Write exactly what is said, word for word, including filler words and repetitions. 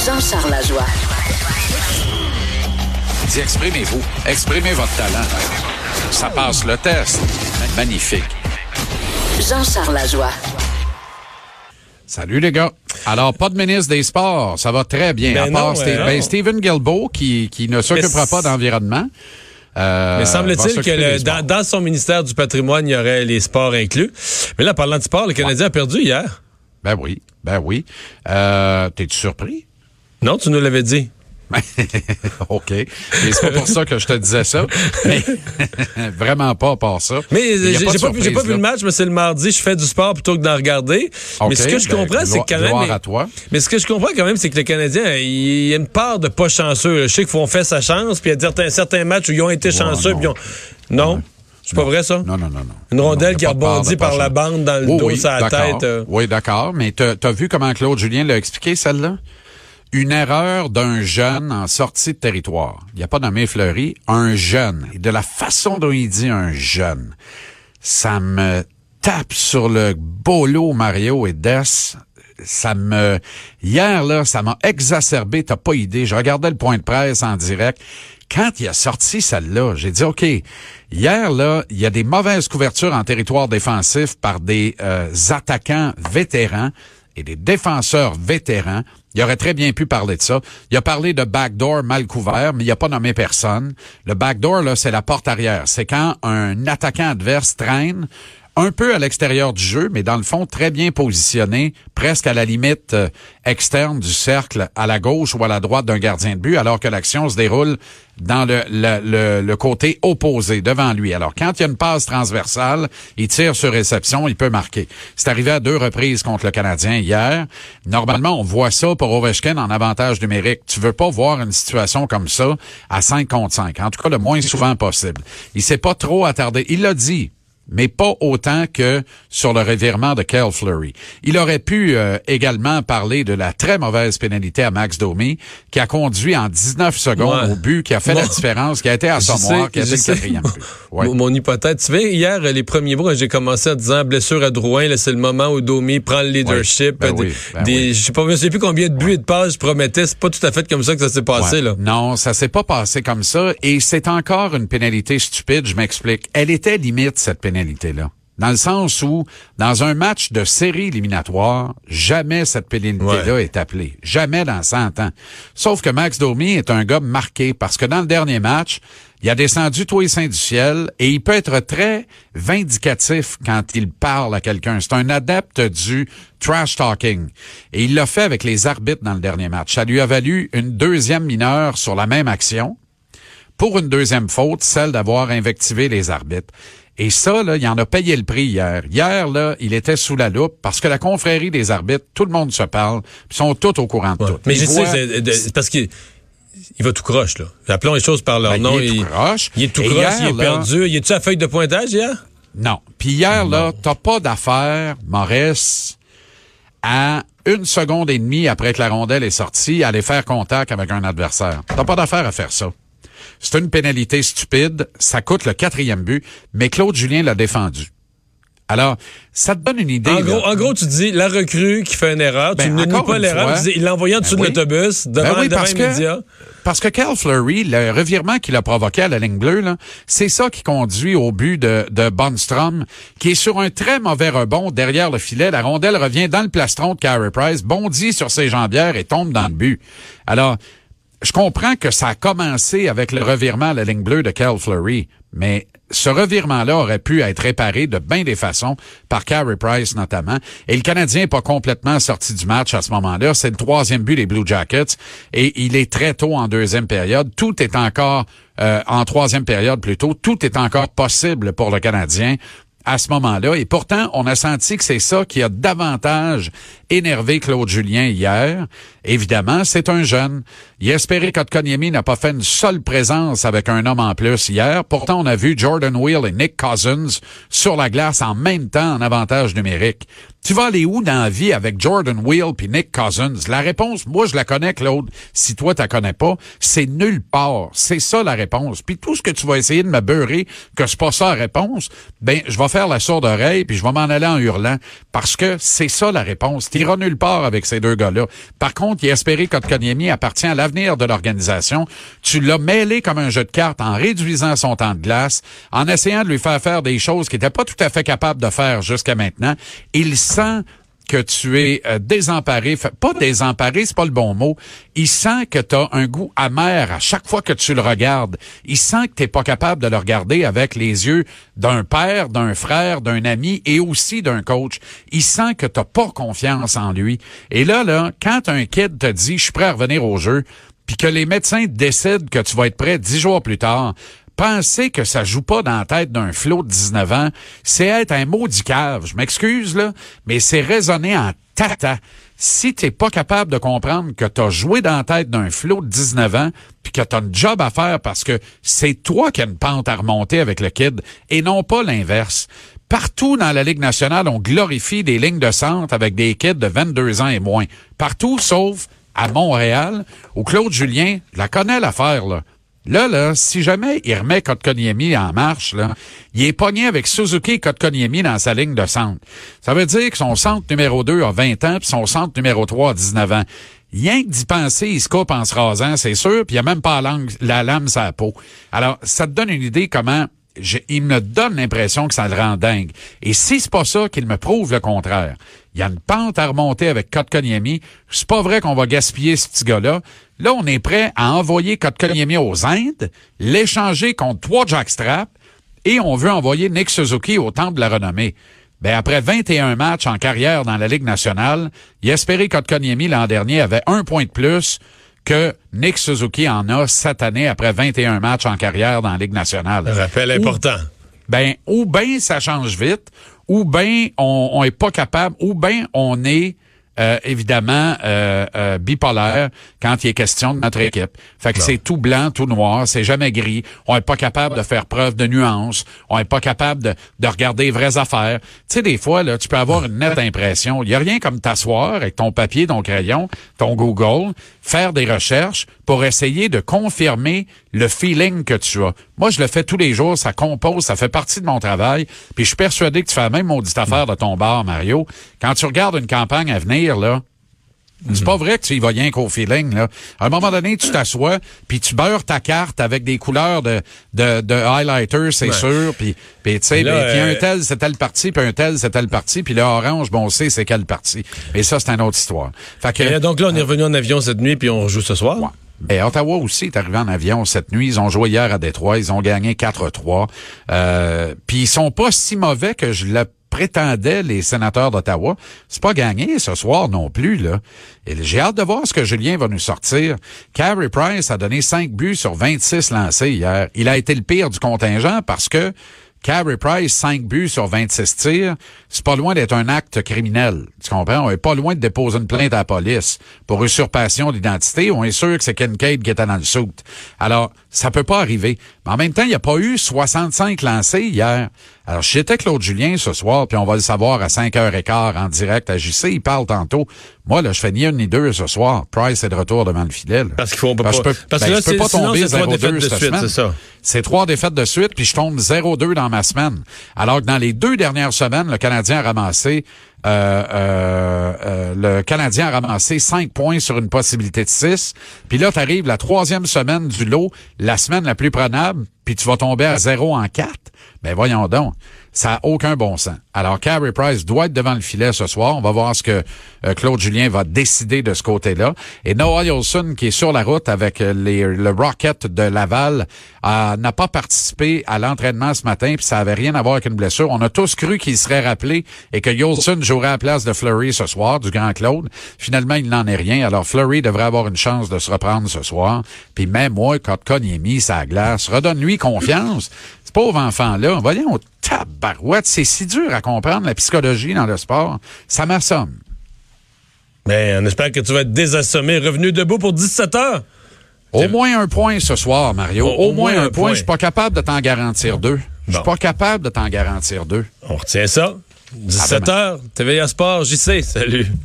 Jean-Charles Lajoie. Dis, exprimez-vous. Exprimez votre talent. Ça passe le test. Magnifique. Jean-Charles Lajoie. Salut les gars. Alors, pas de ministre des Sports. Ça va très bien. Ben à part non, Steve, ouais, ben, non. Stephen Guilbeault qui, qui ne s'occupera Mais pas d'environnement. Euh, Mais semble-t-il que le, dans, dans, dans son ministère du patrimoine, il y aurait les sports inclus. Mais là, parlant de sport, le Canadien ouais. a perdu hier. Ben oui, ben oui. Euh, t'es-tu surpris? Non, tu nous l'avais dit. OK. Et c'est pas pour ça que je te disais ça. Mais vraiment pas à part ça. Mais j'ai, pas, j'ai, pas, j'ai pas vu le match, mais c'est le mardi, je fais du sport plutôt que d'en regarder. Okay, mais ce que je ben, comprends, c'est que quand même. À toi. Mais ce que je comprends quand même, c'est que le Canadien, il y a une part de pas chanceux. Je sais qu'ils font faire sa chance, puis il y a certains, certains matchs où ils ont été ouais, chanceux, puis ils ont. Non? Ouais. C'est non. pas vrai, ça? Non, non, non, non. Une rondelle non, qui a rebondi par chance. La bande dans le oh, dos, oui, sur la tête. Euh... Oui, d'accord. Mais t'as, t'as vu comment Claude Julien l'a expliqué, celle-là? Une erreur d'un jeune en sortie de territoire. Il n'y a pas nommé Fleury, un jeune. Et de la façon dont il dit un jeune, ça me tape sur le bolo Mario et Des. Ça me... Hier, là, ça m'a exacerbé, t'as pas idée. Je regardais le point de presse en direct. Quand il a sorti celle-là, j'ai dit, OK, hier, là, il y a des mauvaises couvertures en territoire défensif par des euh, attaquants vétérans et des défenseurs vétérans. Il aurait très bien pu parler de ça. Il a parlé de backdoor mal couvert, mais il n'a pas nommé personne. Le backdoor, là, c'est la porte arrière. C'est quand un attaquant adverse traîne un peu à l'extérieur du jeu, mais dans le fond, très bien positionné, presque à la limite euh, externe du cercle, à la gauche ou à la droite d'un gardien de but, alors que l'action se déroule dans le, le, le, le côté opposé, devant lui. Alors, quand il y a une passe transversale, il tire sur réception, il peut marquer. C'est arrivé à deux reprises contre le Canadien hier. Normalement, on voit ça pour Ovechkin en avantage numérique. Tu veux pas voir une situation comme ça à cinq contre cinq. En tout cas, le moins souvent possible. Il s'est pas trop attardé. Il l'a dit. Mais pas autant que sur le revirement de Kyle Fleury. Il aurait pu euh, également parler de la très mauvaise pénalité à Max Domi, qui a conduit en dix-neuf secondes ouais. au but, qui a fait Moi, la différence, qui a été assommeur, qui a été le quatrième but. Ouais. Mon, mon hypothèse, tu sais, hier, les premiers mots, j'ai commencé en disant blessure à Drouin, là, c'est le moment où Domi prend le leadership. Oui. Ben des, oui. Ben des, oui. Je sais pas, je sais plus combien de buts ouais. et de passes je promettais. C'est pas tout à fait comme ça que ça s'est passé, ouais. là. Non, ça s'est pas passé comme ça. Et c'est encore une pénalité stupide, je m'explique. Elle était limite, cette pénalité-là. Dans le sens où, dans un match de série éliminatoire, jamais cette pénalité-là ouais. est appelée. Jamais dans cent ans. Sauf que Max Domi est un gars marqué parce que dans le dernier match, il a descendu tous les saints du ciel et il peut être très vindicatif quand il parle à quelqu'un. C'est un adepte du trash talking. Et il l'a fait avec les arbitres dans le dernier match. Ça lui a valu une deuxième mineure sur la même action pour une deuxième faute, celle d'avoir invectivé les arbitres. Et ça, là, il en a payé le prix hier. Hier, là, il était sous la loupe parce que la confrérie des arbitres, tout le monde se parle, puis sont tous au courant de ouais. tout. Mais je voient... sais, c'est, c'est parce qu'il il va tout croche, là. Appelons les choses par leur ben, nom. Il est il, tout croche. Il est tout Et croche, hier, il est là, perdu. Il est-tu à feuille de pointage hier? Non. Puis hier, non. là, t'as pas d'affaire, Maurice, à une seconde et demie après que la rondelle est sortie, à aller faire contact avec un adversaire. T'as pas d'affaire à faire ça. C'est une pénalité stupide, ça coûte le quatrième but, mais Claude Julien l'a défendu. Alors, ça te donne une idée. En gros, là. en gros, tu dis la recrue qui fait une erreur, ben, tu ne nies pas l'erreur, tu dis il l'a envoyé en dessous ben de oui. l'autobus, devant, ben oui, devant parce les que, médias. Parce que Kyle Fleury, le revirement qu'il a provoqué à la ligne bleue, là, c'est ça qui conduit au but de, de Bonnstrom, qui est sur un très mauvais rebond derrière le filet. La rondelle revient dans le plastron de Carey Price, bondit sur ses jambières et tombe dans le but. Alors, je comprends que ça a commencé avec le revirement à la ligne bleue de Kyle Fleury, mais ce revirement-là aurait pu être réparé de bien des façons par Carey Price notamment. Et le Canadien n'est pas complètement sorti du match à ce moment-là. C'est le troisième but des Blue Jackets et il est très tôt en deuxième période. Tout est encore, euh, en troisième période plutôt, tout est encore possible pour le Canadien à ce moment-là. Et pourtant, on a senti que c'est ça qui a davantage énervé Claude Julien hier. Évidemment, c'est un jeune. Il espérait qu'Otkoniemi n'a pas fait une seule présence avec un homme en plus hier. Pourtant, on a vu Jordan Weal et Nick Cousins sur la glace en même temps en avantage numérique. Tu vas aller où dans la vie avec Jordan Wheel puis Nick Cousins? La réponse, moi, je la connais, Claude. Si toi, tu la connais pas, c'est nulle part. C'est ça, la réponse. Puis tout ce que tu vas essayer de me beurrer que c'est pas ça la réponse, ben, je vais faire la sourde oreille puis je vais m'en aller en hurlant parce que c'est ça la réponse. T'iras nulle part avec ces deux gars-là. Par contre, Jesperi Kotkaniemi appartient à l'avenir de l'organisation. Tu l'as mêlé comme un jeu de cartes en réduisant son temps de glace, en essayant de lui faire faire des choses qu'il n'était pas tout à fait capable de faire jusqu'à maintenant. Il sent que tu es euh, désemparé, fait, pas désemparé, c'est pas le bon mot. Il sent que tu as un goût amer à chaque fois que tu le regardes. Il sent que tu n'es pas capable de le regarder avec les yeux d'un père, d'un frère, d'un ami et aussi d'un coach. Il sent que tu n'as pas confiance en lui. Et là, là, quand un kid te dit « je suis prêt à revenir au jeu », puis que les médecins décident que tu vas être prêt dix jours plus tard, penser que ça joue pas dans la tête d'un flot de dix-neuf ans, c'est être un maudit cave. Je m'excuse, là, mais c'est raisonner en tata. Si t'es pas capable de comprendre que t'as joué dans la tête d'un flot de dix-neuf ans, puis que t'as un job à faire parce que c'est toi qui as une pente à remonter avec le kid, et non pas l'inverse. Partout dans la Ligue nationale, on glorifie des lignes de centre avec des kids de vingt-deux ans et moins. Partout, sauf à Montréal, où Claude Julien, je la connais l'affaire, là. Là, là, si jamais il remet Kotkaniemi en marche, là, il est pogné avec Suzuki et Kotkaniemi dans sa ligne de centre. Ça veut dire que son centre numéro deux a vingt ans, puis son centre numéro trois a dix-neuf ans. Rien que d'y penser, il se coupe en se rasant, c'est sûr, puis il n'y a même pas la, langue, la lame sur la peau. Alors, ça te donne une idée comment... Je, il me donne l'impression que ça le rend dingue. Et si c'est pas ça, qu'il me prouve le contraire. Il y a une pente à remonter avec Kotkaniemi. C'est pas vrai qu'on va gaspiller ce petit gars-là. Là, on est prêt à envoyer Kotkaniemi aux Indes, l'échanger contre trois jackstraps, et on veut envoyer Nick Suzuki au temple de la renommée. Ben, après vingt et un matchs en carrière dans la Ligue nationale, Jesperi Kotkaniemi l'an dernier avait un point de plus que Nick Suzuki en a cette année après vingt et un matchs en carrière dans la Ligue nationale. Un rappel important. Ben, ou bien ça change vite, ou bien on, on est pas capable, ou bien on est euh, évidemment euh, euh, bipolaire quand il est question de notre équipe. Fait que non. C'est tout blanc, tout noir, c'est jamais gris. On est pas capable de faire preuve de nuance. On est pas capable de, de regarder les vraies affaires. Tu sais, des fois, là, tu peux avoir une nette impression. Il y a rien comme t'asseoir avec ton papier, ton crayon, ton Google, faire des recherches pour essayer de confirmer le feeling que tu as. Moi, je le fais tous les jours, ça compose, ça fait partie de mon travail, puis je suis persuadé que tu fais la même maudite affaire de ton bar, Mario. Quand tu regardes une campagne à venir, là, mm-hmm. c'est pas vrai que tu y vas rien qu'au feeling, là. À un moment donné, tu t'assois, puis tu beurres ta carte avec des couleurs de de, de highlighter, c'est ouais. sûr, puis puis tu sais, puis euh... un tel, c'est tel parti, puis un tel, c'est tel parti, puis le orange, bon, on sait c'est quel parti. Mais ça, c'est une autre histoire. Fait que, Et donc là, on est revenu en avion cette nuit, puis on rejoue ce soir. Ouais. Ben, Ottawa aussi est arrivé en avion cette nuit. Ils ont joué hier à Détroit. Ils ont gagné quatre à trois. Euh, puis ils sont pas si mauvais que je le prétendais, les sénateurs d'Ottawa. C'est pas gagné ce soir non plus, là. Et j'ai hâte de voir ce que Julien va nous sortir. Carey Price a donné cinq buts sur vingt-six lancés hier. Il a été le pire du contingent parce que Carey Price, cinq buts sur vingt-six tirs, c'est pas loin d'être un acte criminel. Tu comprends? On est pas loin de déposer une plainte à la police pour usurpation d'identité. On est sûr que c'est Kincaid qui était dans le soute. Alors, ça peut pas arriver. Mais en même temps, il n'y a pas eu soixante-cinq lancés hier. Alors, j'étais Claude Julien ce soir, puis on va le savoir à cinq heures quinze en direct à J C. Il parle tantôt. Moi, là, je fais ni une ni deux ce soir. Price est de retour devant le filet. Là. Parce qu'il faut parce pas... Je peux, parce ben, que là, je peux pas tomber zéro deux cette suite, semaine. C'est ça. C'est trois défaites de suite, puis je tombe zéro deux dans ma semaine. Alors que dans les deux dernières semaines, le Canadien a ramassé euh, euh, euh, le Canadien a ramassé cinq points sur une possibilité de six. Puis là, t'arrives la troisième semaine du lot, la semaine la plus prenable, puis tu vas tomber à zéro en quatre. Ben voyons donc. Ça n'a aucun bon sens. Alors, Carey Price doit être devant le filet ce soir. On va voir ce que euh, Claude Julien va décider de ce côté-là. Et Noah Olson, qui est sur la route avec euh, les, le Rocket de Laval, euh, n'a pas participé à l'entraînement ce matin, puis ça avait rien à voir avec une blessure. On a tous cru qu'il serait rappelé et que Olson jouerait à la place de Fleury ce soir, du grand Claude. Finalement, il n'en est rien. Alors, Fleury devrait avoir une chance de se reprendre ce soir. Puis même moi, quand Kotkaniemi, sa glace, redonne-lui confiance. Ce pauvre enfant-là, voyons, tabarouette, c'est si dur à comprendre la psychologie dans le sport. Ça m'assomme. Mais on espère que tu vas être désassommé. Revenu debout pour dix-sept heures. Au C'est... moins un point ce soir, Mario. Au, au, au moins, moins un point. point. Je suis pas capable de t'en garantir deux. Je suis bon. pas capable de t'en garantir deux. On retient ça. dix-sept heures, T V A Sport, J C, salut.